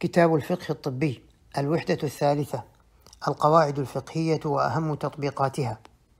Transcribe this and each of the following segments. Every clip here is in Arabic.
كتاب الفقه الطبي، الوحدة الثالثة، القواعد الفقهية وأهم تطبيقاتها.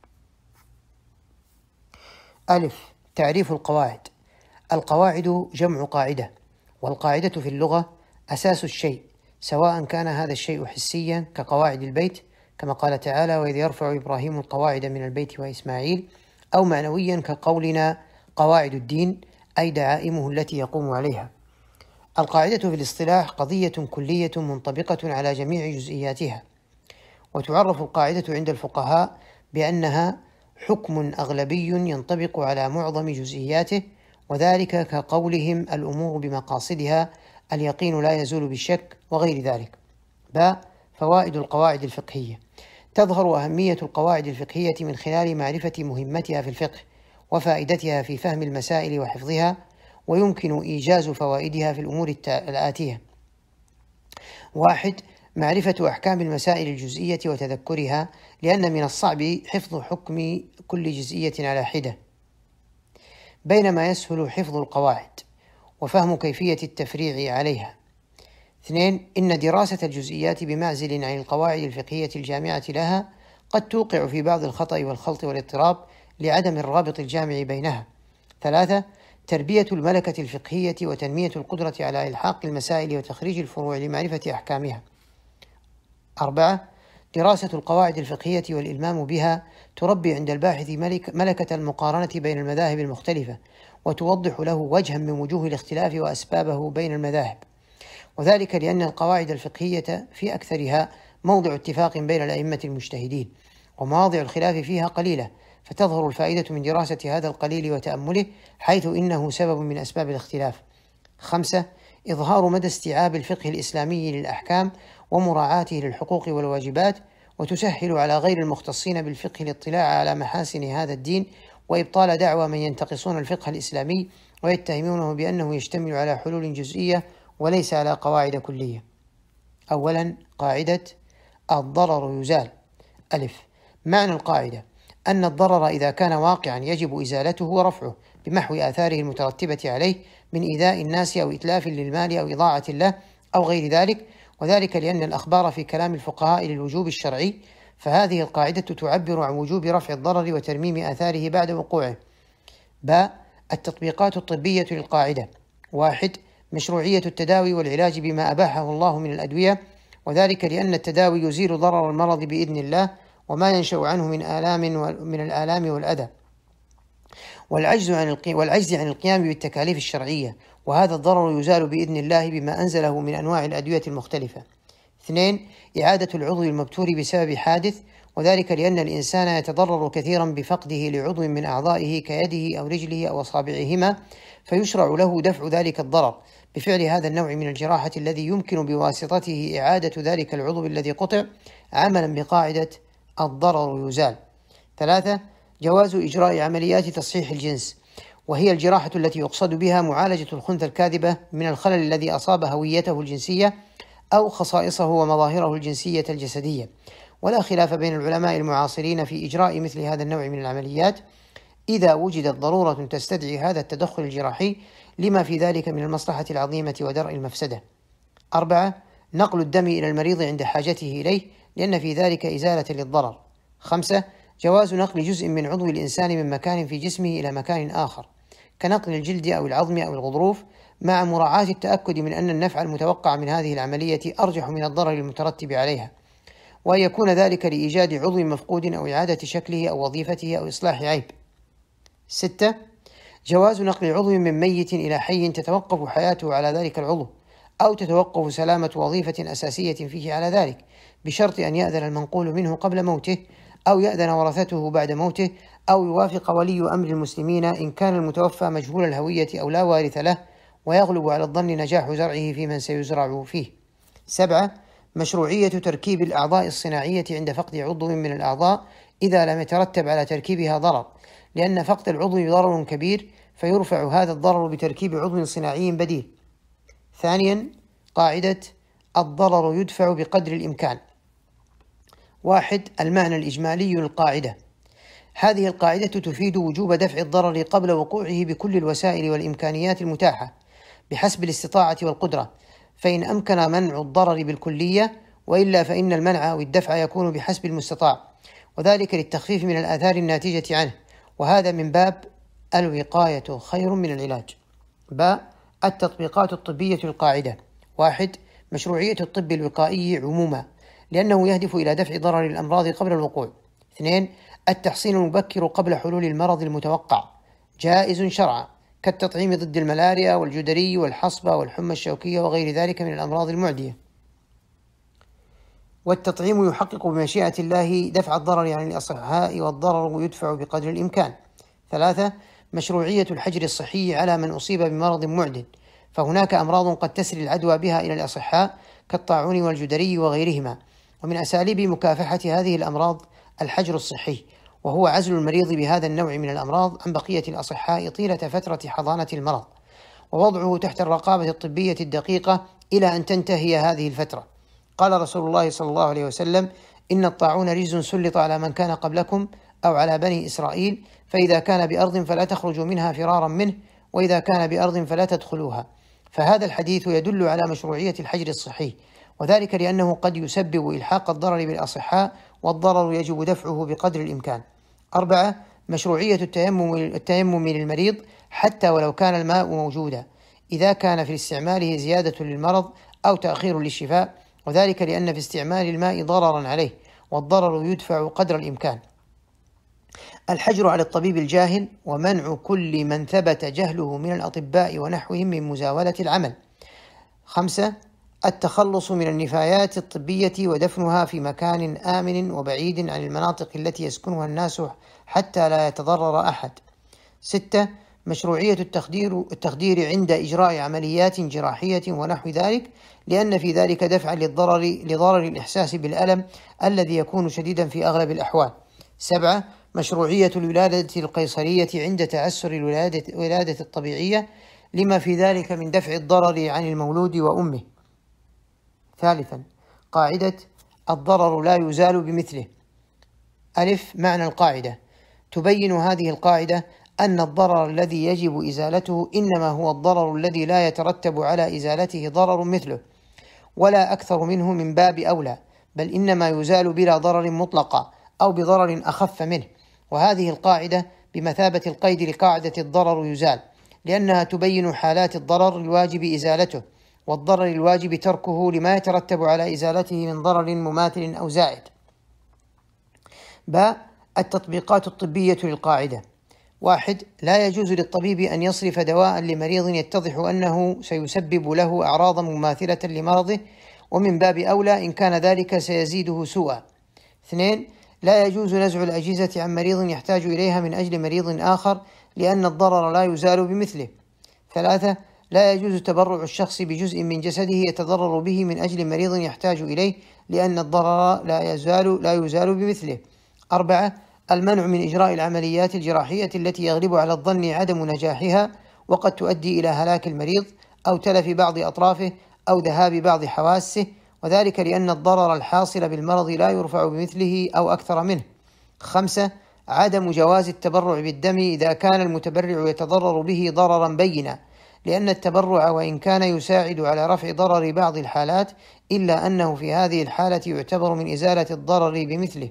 ألف. تعريف القواعد. القواعد جمع قاعدة، والقاعدة في اللغة أساس الشيء، سواء كان هذا الشيء حسيا كقواعد البيت كما قال تعالى: وإذ يرفع إبراهيم القواعد من البيت وإسماعيل، أو معنويا كقولنا قواعد الدين، أي دعائمه التي يقوم عليها. القاعدة في الاصطلاح قضية كلية منطبقة على جميع جزئياتها، وتعرف القاعدة عند الفقهاء بأنها حكم أغلبي ينطبق على معظم جزئياته، وذلك كقولهم الأمور بمقاصدها، اليقين لا يزول بالشك، وغير ذلك. فوائد القواعد الفقهية. تظهر أهمية القواعد الفقهية من خلال معرفة مهمتها في الفقه وفائدتها في فهم المسائل وحفظها، ويمكن إيجاز فوائدها في الأمور الآتية: 1. معرفة أحكام المسائل الجزئية وتذكرها، لأن من الصعب حفظ حكم كل جزئية على حدة، بينما يسهل حفظ القواعد وفهم كيفية التفريع عليها. 2. إن دراسة الجزئيات بمعزل عن القواعد الفقهية الجامعة لها قد توقع في بعض الخطأ والخلط والاضطراب لعدم الرابط الجامع بينها. 3. تربية الملكة الفقهية وتنمية القدرة على إلحاق المسائل وتخريج الفروع لمعرفة أحكامها. 4. دراسة القواعد الفقهية والإلمام بها تربي عند الباحث ملكة المقارنة بين المذاهب المختلفة، وتوضح له وجها من وجوه الاختلاف وأسبابه بين المذاهب، وذلك لأن القواعد الفقهية في أكثرها موضع اتفاق بين الأئمة المجتهدين، ومواضع الخلاف فيها قليلة، فتظهر الفائدة من دراسة هذا القليل وتأمله، حيث إنه سبب من أسباب الاختلاف. 5. إظهار مدى استيعاب الفقه الإسلامي للأحكام ومراعاته للحقوق والواجبات، وتسهل على غير المختصين بالفقه الاطلاع على محاسن هذا الدين، وإبطال دعوى من ينتقصون الفقه الإسلامي ويتهمونه بأنه يشتمل على حلول جزئية وليس على قواعد كلية. أولا، قاعدة الضرر يزال. ألف. معنى القاعدة أن الضرر إذا كان واقعا يجب إزالته ورفعه بمحو آثاره المترتبة عليه من إيذاء الناس أو إتلاف للمال أو إضاعة له أو غير ذلك، وذلك لأن الأخبار في كلام الفقهاء للوجوب الشرعي، فهذه القاعدة تعبر عن وجوب رفع الضرر وترميم آثاره بعد وقوعه. التطبيقات الطبية للقاعدة. 1. مشروعية التداوي والعلاج بما أباحه الله من الأدوية، وذلك لأن التداوي يزيل ضرر المرض بإذن الله وما ينشأ عنه من الآلام والأذى، والعجز عن القيام بالتكاليف الشرعية، وهذا الضرر يزال بإذن الله بما أنزله من أنواع الأدوية المختلفة. 2. إعادة العضو المبتور بسبب حادث، وذلك لأن الإنسان يتضرر كثيرا بفقده لعضو من أعضائه كيده أو رجله أو أصابعهما، فيشرع له دفع ذلك الضرر بفعل هذا النوع من الجراحة الذي يمكن بواسطته إعادة ذلك العضو الذي قطع، عملا بقاعدة الضرر يزال. 3. جواز إجراء عمليات تصحيح الجنس، وهي الجراحة التي يقصد بها معالجة الخنثى الكاذبة من الخلل الذي أصاب هويته الجنسية أو خصائصه ومظاهره الجنسية الجسدية، ولا خلاف بين العلماء المعاصرين في إجراء مثل هذا النوع من العمليات إذا وجدت ضرورة تستدعي هذا التدخل الجراحي لما في ذلك من المصلحة العظيمة ودرء المفسدة. 4. نقل الدم إلى المريض عند حاجته إليه، لأن في ذلك إزالة للضرر. 5. جواز نقل جزء من عضو الإنسان من مكان في جسمه إلى مكان آخر، كنقل الجلد أو العظم أو الغضروف، مع مراعاة التأكد من أن النفع المتوقع من هذه العملية أرجح من الضرر المترتب عليها، وأن يكون ذلك لإيجاد عضو مفقود أو إعادة شكله أو وظيفته أو إصلاح عيب. 6. جواز نقل عضو من ميت إلى حي تتوقف حياته على ذلك العضو، أو تتوقف سلامة وظيفة أساسية فيه على ذلك، بشرط أن يأذن المنقول منه قبل موته، أو يأذن ورثته بعد موته، أو يوافق ولي أمر المسلمين إن كان المتوفى مجهول الهوية أو لا وارث له، ويغلب على الظن نجاح زرعه في من سيزرع فيه. 7. مشروعية تركيب الأعضاء الصناعية عند فقد عضو من الأعضاء إذا لم يترتب على تركيبها ضرر، لأن فقد العضو ضرر كبير، فيرفع هذا الضرر بتركيب عضو صناعي بديل. 2. قاعدة الضرر يدفع بقدر الإمكان. 1. المعنى الإجمالي للقاعدة. هذه القاعدة تفيد وجوب دفع الضرر قبل وقوعه بكل الوسائل والإمكانيات المتاحة بحسب الاستطاعة والقدرة، فإن أمكن منع الضرر بالكلية، وإلا فإن المنع أو الدفع يكون بحسب المستطاع، وذلك للتخفيف من الآثار الناتجة عنه، وهذا من باب الوقاية خير من العلاج. التطبيقات الطبية للقاعدة: 1. مشروعية الطب الوقائي عموما، لأنه يهدف إلى دفع ضرر الأمراض قبل الوقوع. 2. التحصين المبكر قبل حلول المرض المتوقع، جائز شرعا، كالتطعيم ضد الملاريا والجدري والحصبة والحمى الشوكية وغير ذلك من الأمراض المعدية. والتطعيم يحقق بمشيئة الله دفع الضرر عن الأصحاء، والضرر يدفع بقدر الإمكان. 3. مشروعية الحجر الصحي على من أصيب بمرض معد، فهناك أمراض قد تسري العدوى بها إلى الأصحاء كالطاعون والجدري وغيرهما، ومن أساليب مكافحة هذه الأمراض الحجر الصحي، وهو عزل المريض بهذا النوع من الأمراض عن بقية الأصحاء طيلة فترة حضانة المرض، ووضعه تحت الرقابة الطبية الدقيقة إلى أن تنتهي هذه الفترة. قال رسول الله صلى الله عليه وسلم: إن الطاعون رجز سلط على من كان قبلكم أو على بني إسرائيل، فإذا كان بأرض فلا تخرجوا منها فرارا منه، وإذا كان بأرض فلا تدخلوها. فهذا الحديث يدل على مشروعية الحجر الصحي، وذلك لأنه قد يسبب إلحاق الضرر بالأصحاء، والضرر يجب دفعه بقدر الإمكان. 4. مشروعية التيمم للمريض حتى ولو كان الماء موجودا، إذا كان في استعماله زيادة للمرض أو تأخير للشفاء، وذلك لأن في استعمال الماء ضررا عليه، والضرر يدفع قدر الإمكان. الحجر على الطبيب الجاهل، ومنع كل من ثبت جهله من الأطباء ونحوهم من مزاولة العمل. 5. التخلص من النفايات الطبية ودفنها في مكان آمن وبعيد عن المناطق التي يسكنها الناس حتى لا يتضرر أحد. 6. مشروعية التخدير عند إجراء عمليات جراحية ونحو ذلك، لأن في ذلك دفعا لضرر الإحساس بالألم الذي يكون شديدا في أغلب الأحوال. 7. مشروعية الولادة القيصرية عند تعسر الولادة الطبيعية، لما في ذلك من دفع الضرر عن المولود وأمه. ثالثا، قاعدة الضرر لا يزال بمثله. معنى القاعدة: تبين هذه القاعدة أن الضرر الذي يجب إزالته إنما هو الضرر الذي لا يترتب على إزالته ضرر مثله ولا أكثر منه من باب أولى، بل إنما يزال بلا ضرر مطلقا أو بضرر أخف منه. وهذه القاعدة بمثابة القيد لقاعدة الضرر يزال، لأنها تبين حالات الضرر الواجب إزالته والضرر الواجب تركه لما يترتب على إزالته من ضرر مماثل أو زائد. التطبيقات الطبية للقاعدة: 1. لا يجوز للطبيب أن يصرف دواء لمريض يتضح أنه سيسبب له أعراضا مماثلة لمرضه، ومن باب أولى إن كان ذلك سيزيده سوءا. 2. لا يجوز نزع الأجهزة عن مريض يحتاج إليها من أجل مريض آخر، لأن الضرر لا يزال بمثله. 3. لا يجوز تبرع الشخص بجزء من جسده يتضرر به من أجل مريض يحتاج إليه، لأن الضرر لا يزال بمثله. 4. المنع من إجراء العمليات الجراحية التي يغلب على الظن عدم نجاحها، وقد تؤدي إلى هلاك المريض أو تلف بعض أطرافه أو ذهاب بعض حواسه، وذلك لأن الضرر الحاصل بالمرض لا يرفع بمثله أو أكثر منه. 5. عدم جواز التبرع بالدم إذا كان المتبرع يتضرر به ضررا بينا، لأن التبرع وإن كان يساعد على رفع ضرر بعض الحالات، إلا أنه في هذه الحالة يعتبر من إزالة الضرر بمثله.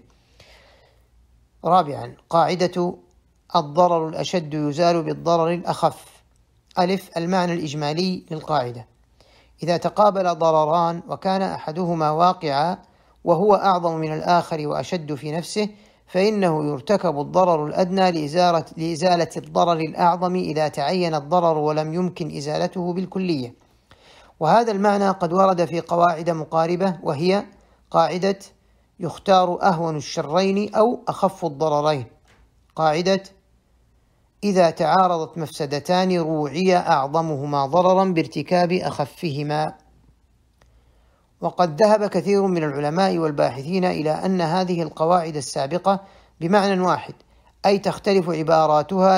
4. قاعدة الضرر الأشد يزال بالضرر الأخف. المعنى الإجمالي للقاعدة: إذا تقابل ضرران وكان أحدهما واقعا وهو أعظم من الآخر وأشد في نفسه، فإنه يرتكب الضرر الأدنى لإزالة الضرر الأعظم إذا تعين الضرر ولم يمكن إزالته بالكلية. وهذا المعنى قد ورد في قواعد مقاربة، وهي قاعدة يختار أهون الشرين أو أخف الضررين، قاعدة إذا تعارضت مفسدتان روعي أعظمهما ضررا بارتكاب أخفهما. وقد ذهب كثير من العلماء والباحثين إلى أن هذه القواعد السابقة بمعنى واحد، أي تختلف عباراتها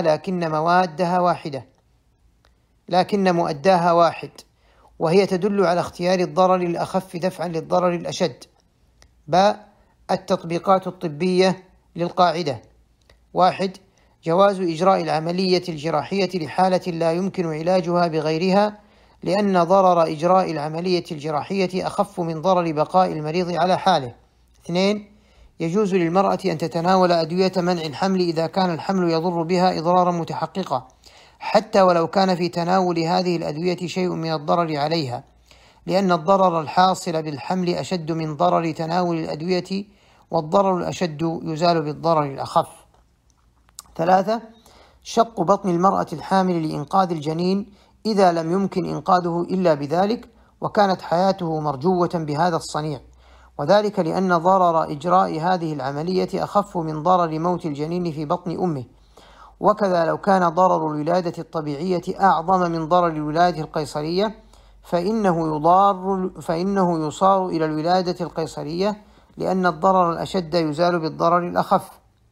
لكن مؤداها واحد، وهي تدل على اختيار الضرر الأخف دفعا للضرر الأشد. التطبيقات الطبية للقاعدة: 1. جواز إجراء العملية الجراحية لحالة لا يمكن علاجها بغيرها، لأن ضرر إجراء العملية الجراحية أخف من ضرر بقاء المريض على حاله. 2. يجوز للمرأة أن تتناول أدوية منع الحمل إذا كان الحمل يضر بها إضرارا متحققا، حتى ولو كان في تناول هذه الأدوية شيء من الضرر عليها، لأن الضرر الحاصل بالحمل أشد من ضرر تناول الأدوية، والضرر الأشد يزال بالضرر الأخف. 3. شق بطن المرأة الحامل لإنقاذ الجنين إذا لم يمكن إنقاذه إلا بذلك، وكانت حياته مرجوة بهذا الصنيع، وذلك لأن ضرر إجراء هذه العملية أخف من ضرر موت الجنين في بطن أمه. وكذا لو كان ضرر الولادة الطبيعية أعظم من ضرر الولادة القيصرية فإنه يصار إلى الولادة القيصرية، لأن الضرر الأشد يزال بالضرر الأخف.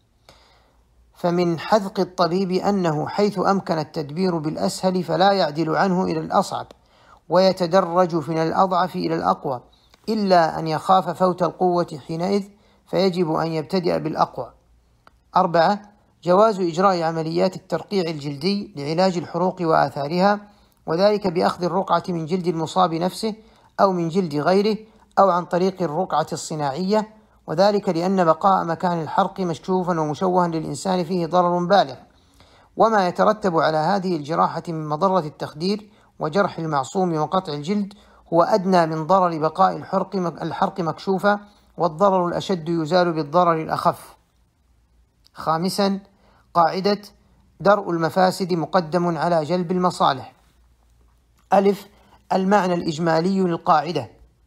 فمن حذق الطبيب أنه حيث أمكن التدبير بالأسهل فلا يعدل عنه إلى الأصعب، ويتدرج من الأضعف إلى الأقوى، إلا أن يخاف فوت القوة حينئذ فيجب أن يبتدئ بالأقوى. 4. جواز إجراء عمليات الترقيع الجلدي لعلاج الحروق وآثارها، وذلك بأخذ الرقعة من جلد المصاب نفسه أو من جلد غيره أو عن طريق الرقعة الصناعية، وذلك لأن بقاء مكان الحرق مشكوفا ومشوها للإنسان فيه ضرر بالغ، وما يترتب على هذه الجراحة من مضرة التخدير وجرح المعصوم وقطع الجلد هو أدنى من ضرر بقاء الحرق مكشوفا، والضرر الأشد يزال بالضرر الأخف. 5. قاعدة درء المفاسد مقدم على جلب المصالح. ألف. المعنى الإجمالي للقاعدة: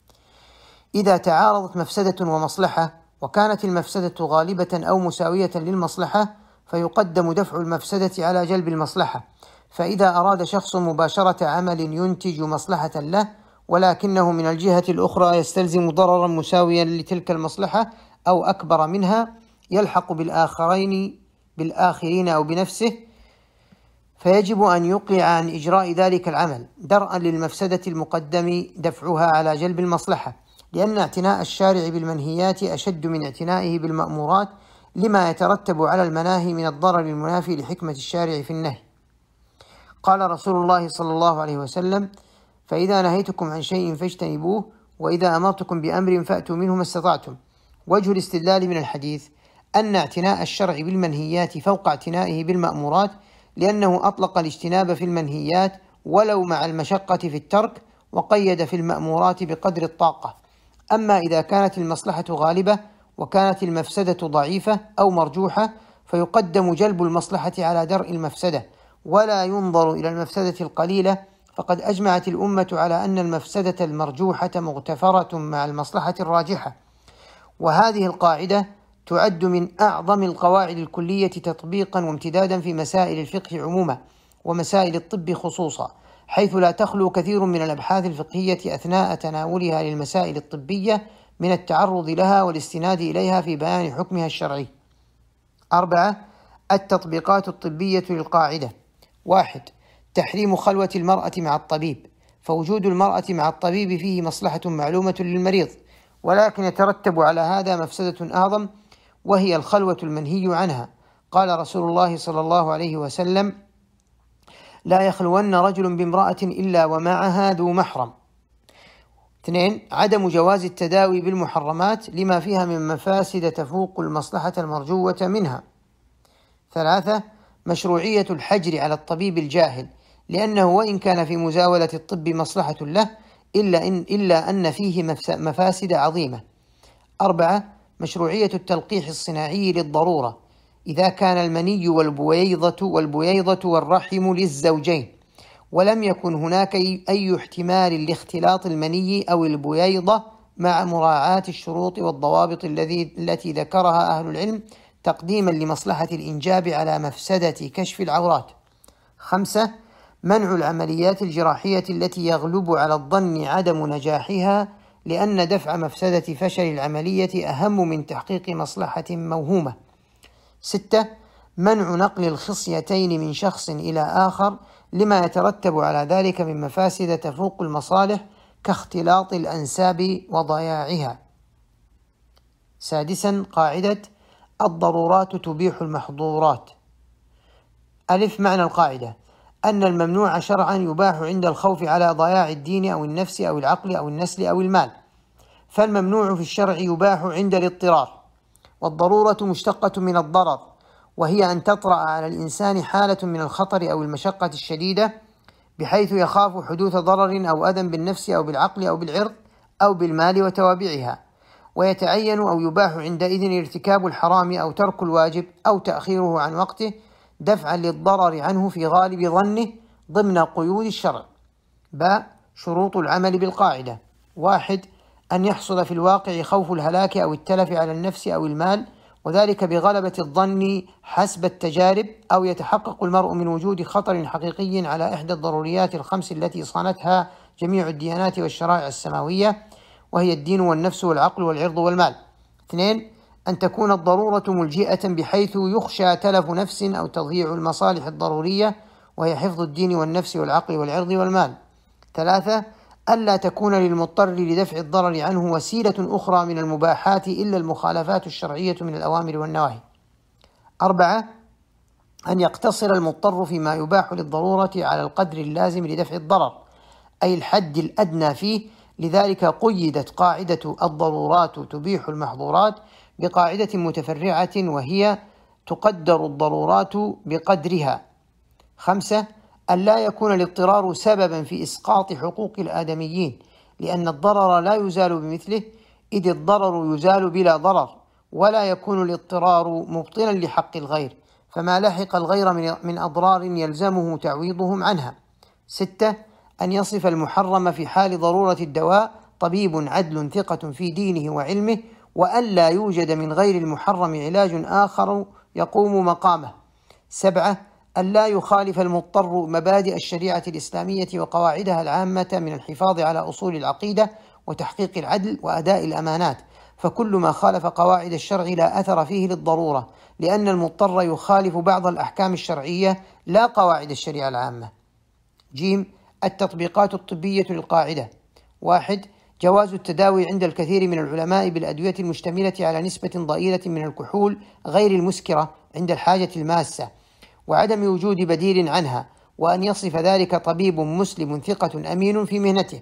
إذا تعارضت مفسدة ومصلحة وكانت المفسدة غالبة أو مساوية للمصلحة فيقدم دفع المفسدة على جلب المصلحة. فإذا أراد شخص مباشرة عمل ينتج مصلحة له ولكنه من الجهة الأخرى يستلزم ضررا مساويا لتلك المصلحة أو أكبر منها يلحق بالآخرين أو بنفسه، فيجب أن يقلع عن إجراء ذلك العمل درءا للمفسدة المقدم دفعها على جلب المصلحة، لأن اعتناء الشارع بالمنهيات أشد من اعتنائه بالمأمورات لما يترتب على المناهي من الضرر المنافي لحكمة الشارع في النهي. قال رسول الله صلى الله عليه وسلم: فإذا نهيتكم عن شيء فاجتنبوه، وإذا أمرتكم بأمر فأتوا منه ما استطعتم. وجه الاستدلال من الحديث أن اعتناء الشرع بالمنهيات فوق اعتنائه بالمأمورات، لأنه أطلق الاجتناب في المنهيات ولو مع المشقة في الترك، وقيد في المأمورات بقدر الطاقة. أما إذا كانت المصلحة غالبة وكانت المفسدة ضعيفة أو مرجوحة فيقدم جلب المصلحة على درء المفسدة، ولا ينظر إلى المفسدة القليلة، فقد أجمعت الأمة على أن المفسدة المرجوحة مغتفرة مع المصلحة الراجحة. وهذه القاعدة تعد من أعظم القواعد الكلية تطبيقا وامتدادا في مسائل الفقه عموما ومسائل الطب خصوصا، حيث لا تخلو كثير من الأبحاث الفقهية أثناء تناولها للمسائل الطبية من التعرض لها والاستناد إليها في بيان حكمها الشرعي. 4. التطبيقات الطبية للقاعدة: 1. تحريم خلوة المرأة مع الطبيب، فوجود المرأة مع الطبيب فيه مصلحة معلومة للمريض، ولكن يترتب على هذا مفسدة أعظم وهي الخلوة المنهي عنها. قال رسول الله صلى الله عليه وسلم: لا يخلون رجل بامرأة إلا ومعها ذو محرم. 2. عدم جواز التداوي بالمحرمات لما فيها من مفاسد تفوق المصلحة المرجوة منها. 3. مشروعية الحجر على الطبيب الجاهل، لأنه وإن كان في مزاولة الطب مصلحة له إلا أن فيه مفاسد عظيمة. 4. مشروعية التلقيح الصناعي للضرورة إذا كان المني والبويضة والرحم للزوجين، ولم يكن هناك أي احتمال لاختلاط المني أو البويضة، مع مراعاة الشروط والضوابط التي ذكرها أهل العلم تقديما لمصلحة الإنجاب على مفسدة كشف العورات. 5. منع العمليات الجراحية التي يغلب على الظن عدم نجاحها، لأن دفع مفسدة فشل العملية أهم من تحقيق مصلحة موهومة. 6. منع نقل الخصيتين من شخص إلى آخر لما يترتب على ذلك من مفاسد تفوق المصالح كاختلاط الأنساب وضياعها. 6. قاعدة الضرورات تبيح المحظورات. ألف. معنى القاعدة: أن الممنوع شرعا يباح عند الخوف على ضياع الدين أو النفس أو العقل أو النسل أو المال، فالممنوع في الشرع يباح عند الاضطرار. والضرورة مشتقة من الضرر، وهي أن تطرأ على الإنسان حالة من الخطر أو المشقة الشديدة بحيث يخاف حدوث ضرر أو أذى بالنفس أو بالعقل أو بالعرض أو بالمال وتوابعها، ويتعين أو يباح عندئذ ارتكاب الحرام أو ترك الواجب أو تأخيره عن وقته دفعا للضرر عنه في غالب ظنه ضمن قيود الشرع. شروط العمل بالقاعدة: 1. أن يحصل في الواقع خوف الهلاك أو التلف على النفس أو المال، وذلك بغلبة الظن حسب التجارب، أو يتحقق المرء من وجود خطر حقيقي على إحدى الضروريات الخمس التي صانتها جميع الديانات والشرائع السماوية، وهي الدين والنفس والعقل والعرض والمال. 2. أن تكون الضرورة ملجئة بحيث يخشى تلف نفس أو تضييع المصالح الضرورية، وهي حفظ الدين والنفس والعقل والعرض والمال. 3. ألا تكون للمضطر لدفع الضرر عنه وسيلة أخرى من المباحات إلا المخالفات الشرعية من الأوامر والنواهي. 4. أن يقتصر المضطر فيما يباح للضرورة على القدر اللازم لدفع الضرر، أي الحد الأدنى فيه. لذلك قيدت قاعدة الضرورات تبيح المحظورات بقاعدة متفرعة، وهي تقدر الضرورات بقدرها. 5. أن لا يكون الاضطرار سببا في إسقاط حقوق الآدميين، لأن الضرر لا يزال بمثله، إذ الضرر يزال بلا ضرر، ولا يكون الاضطرار مبطلا لحق الغير، فما لحق الغير من أضرار يلزمه تعويضهم عنها. 6. أن يصف المحرم في حال ضرورة الدواء طبيب عدل ثقة في دينه وعلمه، وأن لا يوجد من غير المحرم علاج آخر يقوم مقامه. 7. أن لا يخالف المضطر مبادئ الشريعة الإسلامية وقواعدها العامة من الحفاظ على أصول العقيدة وتحقيق العدل وأداء الأمانات، فكل ما خالف قواعد الشرع لا أثر فيه للضرورة، لأن المضطر يخالف بعض الأحكام الشرعية لا قواعد الشريعة العامة. ج. التطبيقات الطبية للقاعدة: 1. جواز التداوي عند الكثير من العلماء بالأدوية المشتملة على نسبة ضئيلة من الكحول غير المسكرة عند الحاجة الماسة، وعدم وجود بديل عنها، وأن يصف ذلك طبيب مسلم ثقة أمين في مهنته.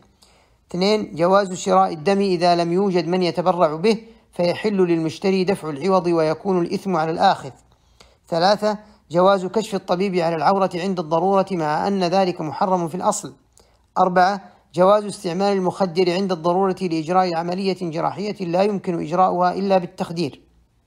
2. جواز شراء الدم إذا لم يوجد من يتبرع به، فيحل للمشتري دفع العوض ويكون الإثم على الآخذ. 3. جواز كشف الطبيب على العورة عند الضرورة، مع أن ذلك محرم في الأصل. 4. جواز استعمال المخدر عند الضرورة لإجراء عملية جراحية لا يمكن إجراؤها إلا بالتخدير.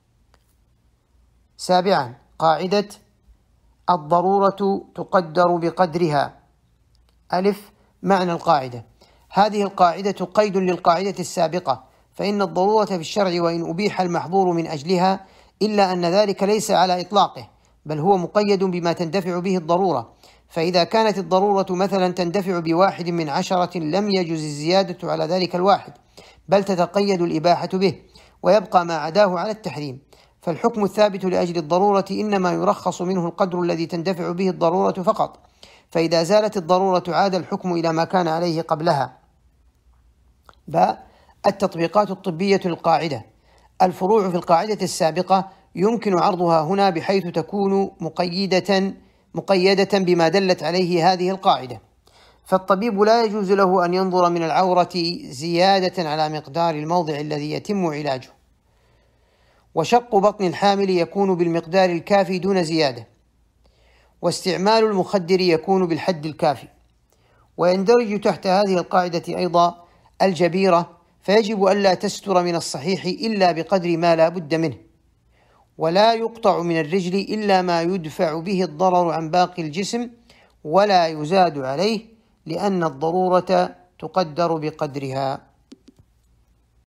7. قاعدة الضرورة تقدر بقدرها. معنى القاعدة: هذه القاعدة قيد للقاعدة السابقة، فإن الضرورة في الشرع وإن أبيح المحظور من أجلها، إلا أن ذلك ليس على إطلاقه، بل هو مقيد بما تندفع به الضرورة. فإذا كانت الضرورة مثلا تندفع بواحد من 10 لم يجوز الزيادة على ذلك الواحد، بل تتقيد الإباحة به، ويبقى ما عداه على التحريم. فالحكم الثابت لأجل الضرورة إنما يرخص منه القدر الذي تندفع به الضرورة فقط، فإذا زالت الضرورة عاد الحكم إلى ما كان عليه قبلها. التطبيقات الطبية للقاعدة: الفروع في القاعدة السابقة يمكن عرضها هنا بحيث تكون مقيدة بما دلت عليه هذه القاعدة. فالطبيب لا يجوز له أن ينظر من العورة زيادة على مقدار الموضع الذي يتم علاجه، وشق بطن الحامل يكون بالمقدار الكافي دون زيادة، واستعمال المخدر يكون بالحد الكافي. ويندرج تحت هذه القاعدة أيضا الجبيرة، فيجب ألا تستر من الصحيح إلا بقدر ما لا بد منه، ولا يقطع من الرجل إلا ما يدفع به الضرر عن باقي الجسم، ولا يزاد عليه، لأن الضرورة تقدر بقدرها.